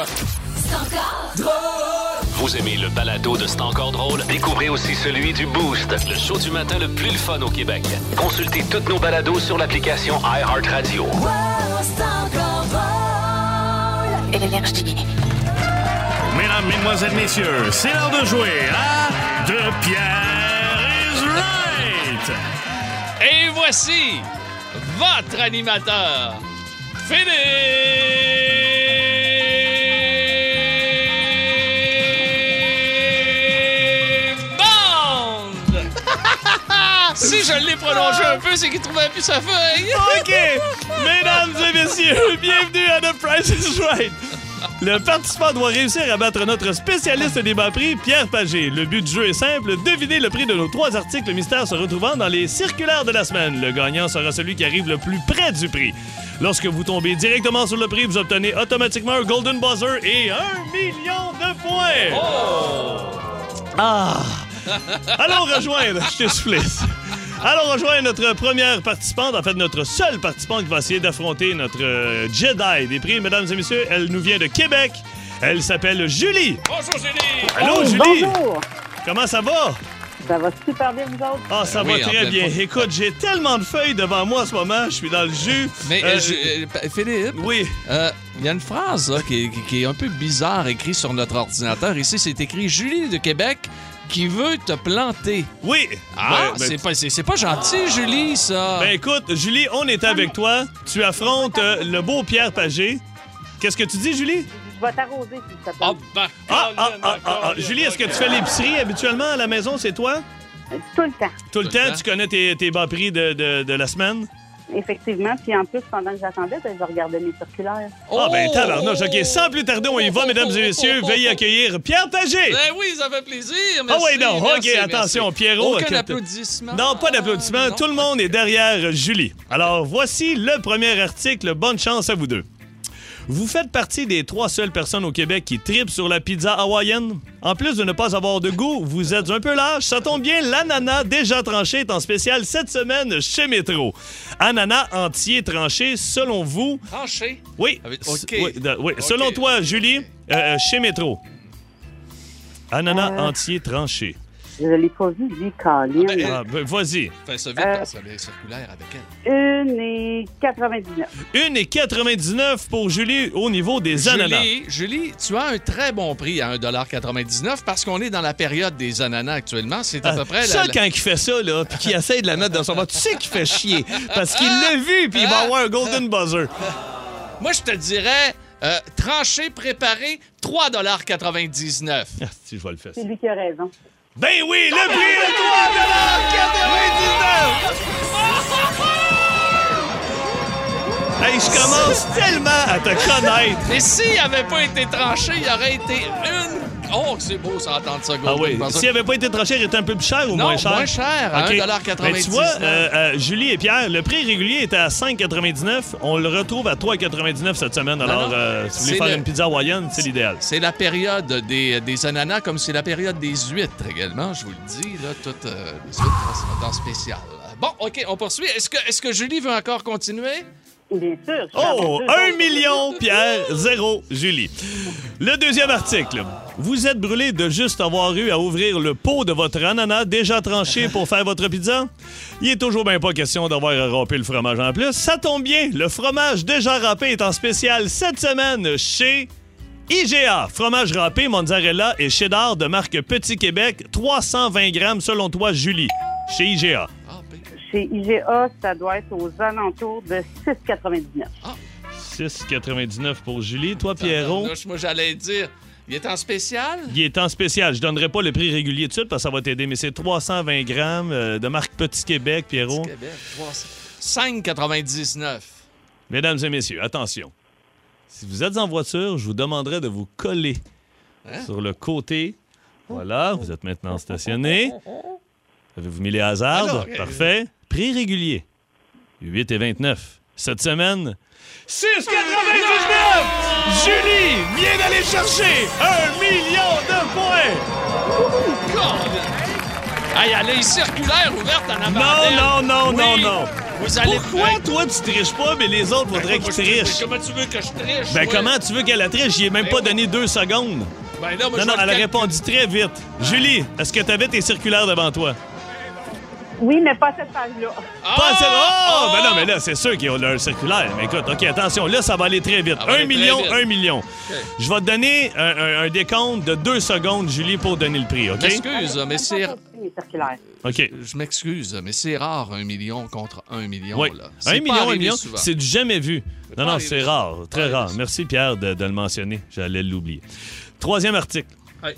Vous aimez le balado de C'est encore drôle? Découvrez aussi celui du Boost, le show du matin le plus fun au Québec. Consultez toutes nos balados sur l'application iHeartRadio. Mesdames, Mesdemoiselles, Messieurs, c'est l'heure de jouer à De Pierre is Right! Et voici votre animateur, Philippe Bond! Si je l'ai prolongé un peu, c'est qu'il trouvait plus sa feuille. OK! Mesdames et messieurs, bienvenue à The Price is Right! Le participant doit réussir à battre notre spécialiste des bas prix, Pierre Pagé. Le but du jeu est simple, deviner le prix de nos 3 articles mystères se retrouvant dans les circulaires de la semaine. Le gagnant sera celui qui arrive le plus près du prix. Lorsque vous tombez directement sur le prix, vous obtenez automatiquement un Golden Buzzer et 1 million de points! Allons rejoindre, je t'ai soufflé. Allons rejoindre notre première participante, en fait notre seule participante qui va essayer d'affronter notre Jedi des prix. Mesdames et messieurs, elle nous vient de Québec. Elle s'appelle Julie. Bonjour, Julie. Allô, Julie. Bonjour. Comment ça va? Ça va super bien, vous autres? Ah, ça va très bien. Écoute, j'ai tellement de feuilles devant moi en ce moment, je suis dans le jus. Mais Philippe, oui. Il y a une phrase là, qui est un peu bizarre écrite sur notre ordinateur. Ici, c'est écrit « Julie de Québec qui veut te planter ». Oui. C'est pas gentil, Julie, ça. Ben écoute, Julie, on est avec toi. Tu affrontes le beau Pierre Pagé. Qu'est-ce que tu dis, Julie? Je vais t'arroser, s'il te plaît. Julie, est-ce que tu fais l'épicerie habituellement à la maison, c'est toi? Tout le temps. Tout le temps? Tu connais tes bas prix de la semaine? Effectivement. Puis en plus, pendant que j'attendais, je regardais mes circulaires. Tabarnouche. OK, sans plus tarder, on y va, mesdames et messieurs. Veuillez accueillir Pierre Pagé. Ben oui, ça fait plaisir. Merci, oui, non. Merci, OK, attention, Pierrot. Aucun applaudissement. Non, pas d'applaudissement. Tout le monde est derrière Julie. Alors, voici le premier article. Bonne chance à vous deux. Vous faites partie des 3 seules personnes au Québec qui tripent sur la pizza hawaïenne. En plus de ne pas avoir de goût, vous êtes un peu lâche. Ça tombe bien, l'ananas déjà tranché est en spécial cette semaine chez Métro. Ananas entier tranché, selon vous... Tranché? Oui. OK. Oui. Selon toi, Julie, chez Métro. Ananas entier tranché. Je ne l'ai pas vu, lui, Colin. Vas-y. Fais ça vite, parce que les circulaires avec elle. 1,99. 1,99 pour Julie au niveau des ananas. Julie, tu as un très bon prix à 1,99 parce qu'on est dans la période des ananas actuellement. C'est à peu près... quand il fait ça, là, puis qu'il essaie de la mettre dans son bas, tu sais qu'il fait chier. Parce qu'il l'a vu, puis il va avoir un Golden Buzzer. Moi, je te dirais... tranché, préparé, 3,99 $. Si je vais le faire. C'est lui qui a raison. Ben oui, le prix est 3,99 $! Hey, je commence tellement à te connaître. Mais s'il n'avait pas été tranché, il aurait été une... Oh, c'est beau, ça, entendre ça. Ah oui. S'il n'avait pas été tranché, il était un peu plus cher ou moins cher? Non, moins cher, à 1,99 $. Mais tu vois, Julie et Pierre, le prix régulier était à 5,99 $. On le retrouve à 3,99 $ cette semaine. Alors, si vous voulez faire une pizza hawaïenne, c'est l'idéal. C'est la période des ananas, comme c'est la période des huîtres également, je vous le dis. Là, toutes les huîtres dans spécial. Bon, OK, on poursuit. Est-ce que Julie veut encore continuer? Bien sûr. 1 million, Pierre, 0, Julie. Le deuxième article. Vous êtes brûlé de juste avoir eu à ouvrir le pot de votre ananas déjà tranché pour faire votre pizza? Il est toujours bien pas question d'avoir à râper le fromage en plus. Ça tombe bien, le fromage déjà râpé est en spécial cette semaine chez IGA. Fromage râpé, mozzarella et cheddar de marque Petit Québec, 320 grammes selon toi, Julie, chez IGA. Chez IGA, ça doit être aux alentours de 6,99. 6,99 pour Julie. Toi, Pierrot? Moi, j'allais dire... Il est en spécial? Il est en spécial. Je donnerai pas le prix régulier tout de suite parce que ça va t'aider, mais c'est 320 grammes de marque Petit Québec, Pierrot. Petit Québec, 5,99. Mesdames et messieurs, attention. Si vous êtes en voiture, je vous demanderai de vous coller sur le côté. Voilà, vous êtes maintenant stationné. Avez-vous mis les hasards? Parfait. Prix régulier, 8,29. Cette semaine, 6,99! Julie vient d'aller chercher 1 million de points! Hey, elle a une circulaire ouverte en avant. Non. Vous allez... Pourquoi toi tu triches pas, mais les autres voudraient qu'ils trichent? Comment tu veux que je triche? Ben comment tu veux qu'elle la triche? J'y ai même pas donné 2 secondes. Ben non, elle a répondu très vite. Julie, est-ce que tu avais tes circulaires devant toi? Oui, mais pas cette page-là. Pas cette... Oh! Ben non, mais là, c'est sûr qu'ils ont leur circulaire. Mais écoute, OK, attention, là, ça va aller très vite. 1 million. Okay. Je vais te donner un décompte de 2 secondes, Julie, pour donner le prix, OK? M'excuse, mais c'est... OK. Je m'excuse, mais c'est rare 1 million contre 1 million. Oui. Là. 1 million, souvent. c'est du jamais vu. Non, c'est rare, très rare. Merci, Pierre, de le mentionner. J'allais l'oublier. 3e article. Hey.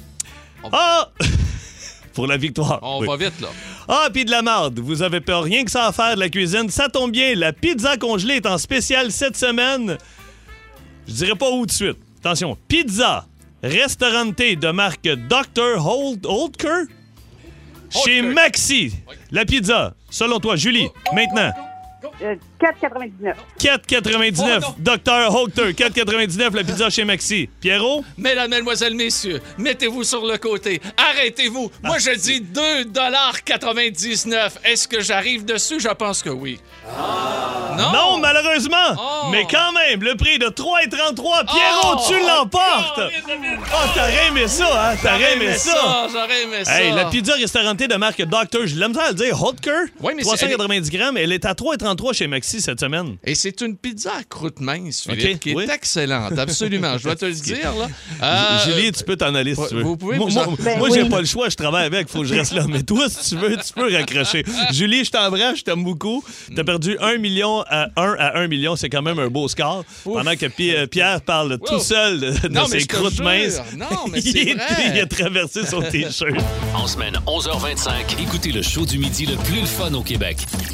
Pour la victoire. On va vite, là. Puis de la marde. Vous avez pas rien que ça à faire de la cuisine. Ça tombe bien, la pizza congelée est en spécial cette semaine. Je dirais pas où de suite. Attention, pizza Restaurante de marque Dr. Holdker chez Maxi. La pizza, selon toi, Julie, maintenant. 4,99. 4,99. Dr. Holdker, 4,99 la pizza chez Maxi. Pierrot? Mesdames, mesdemoiselles, messieurs, mettez-vous sur le côté. Arrêtez-vous. Moi, je dis 2,99 $. Est-ce que j'arrive dessus? Je pense que oui. Non, malheureusement. Mais quand même, le prix de 3,33. Pierrot, tu l'emportes. T'aurais aimé ça, hein? T'aurais aimé ça. J'aurais aimé ça. Hey, la pizza restaurante de marque Dr. Je l'aime ça à le dire. Holdker, oui, mais 390 grammes. Elle est à 3,33 chez Maxi cette semaine. Et c'est une pizza à croûte mince, Philippe, qui est excellente. Absolument. Je dois te le dire, là. Julie, tu peux t'en aller si tu veux. Vous pouvez moi, j'ai pas le choix. Je travaille avec. Faut que je reste là. Mais toi, si tu veux, tu peux raccrocher. Julie, je t'embrasse. Je t'aime beaucoup. T'as perdu 1 million à 1 million. C'est quand même un beau score. Pendant que Pierre parle tout seul de ses croûtes minces. Non, mais c'est vrai. Il a traversé son T-shirt. En semaine, 11h25, écoutez le show du midi le plus fun au Québec.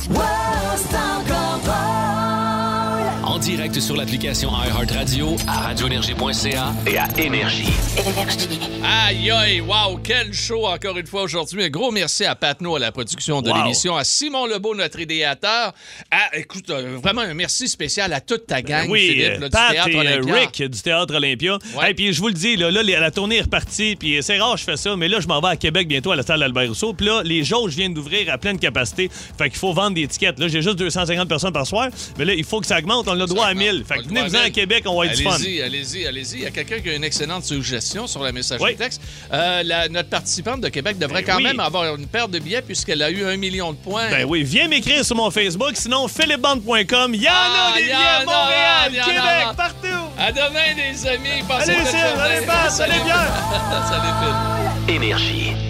En direct sur l'application iHeartRadio, à radioénergie.ca et à Énergie. Aïe, aïe, wow, quel show encore une fois aujourd'hui. Un gros merci à Patnaud à la production de l'émission, à Simon Lebeau, notre idéateur. Écoute, vraiment un merci spécial à toute ta gang, Philippe, là, Pat du Théâtre Olympia. Rick du Théâtre Olympia. Ouais. Et puis je vous le dis, là, la tournée est repartie, puis c'est rare que je fais ça, mais là, je m'en vais à Québec bientôt à la salle Albert Rousseau, puis là, les jauges viennent d'ouvrir à pleine capacité, fait qu'il faut vendre des tickets. Là, j'ai juste 250 personnes par soir, mais là, il faut que ça augmente, on a le droit à 1000. Fait que venez-vous-en à Québec, on va être du fun. Allez-y. Il y a quelqu'un qui a une excellente suggestion sur la messagerie texte. Notre participante de Québec devrait quand même avoir une paire de billets puisqu'elle a eu 1 million de points. Ben oui, viens m'écrire sur mon Facebook, sinon philipbande.com. Il y en a des billets à Montréal, Québec, partout. À demain, les amis. Allez, Phil, allez, Pat, allez bien. Salut, Phil. Énergie.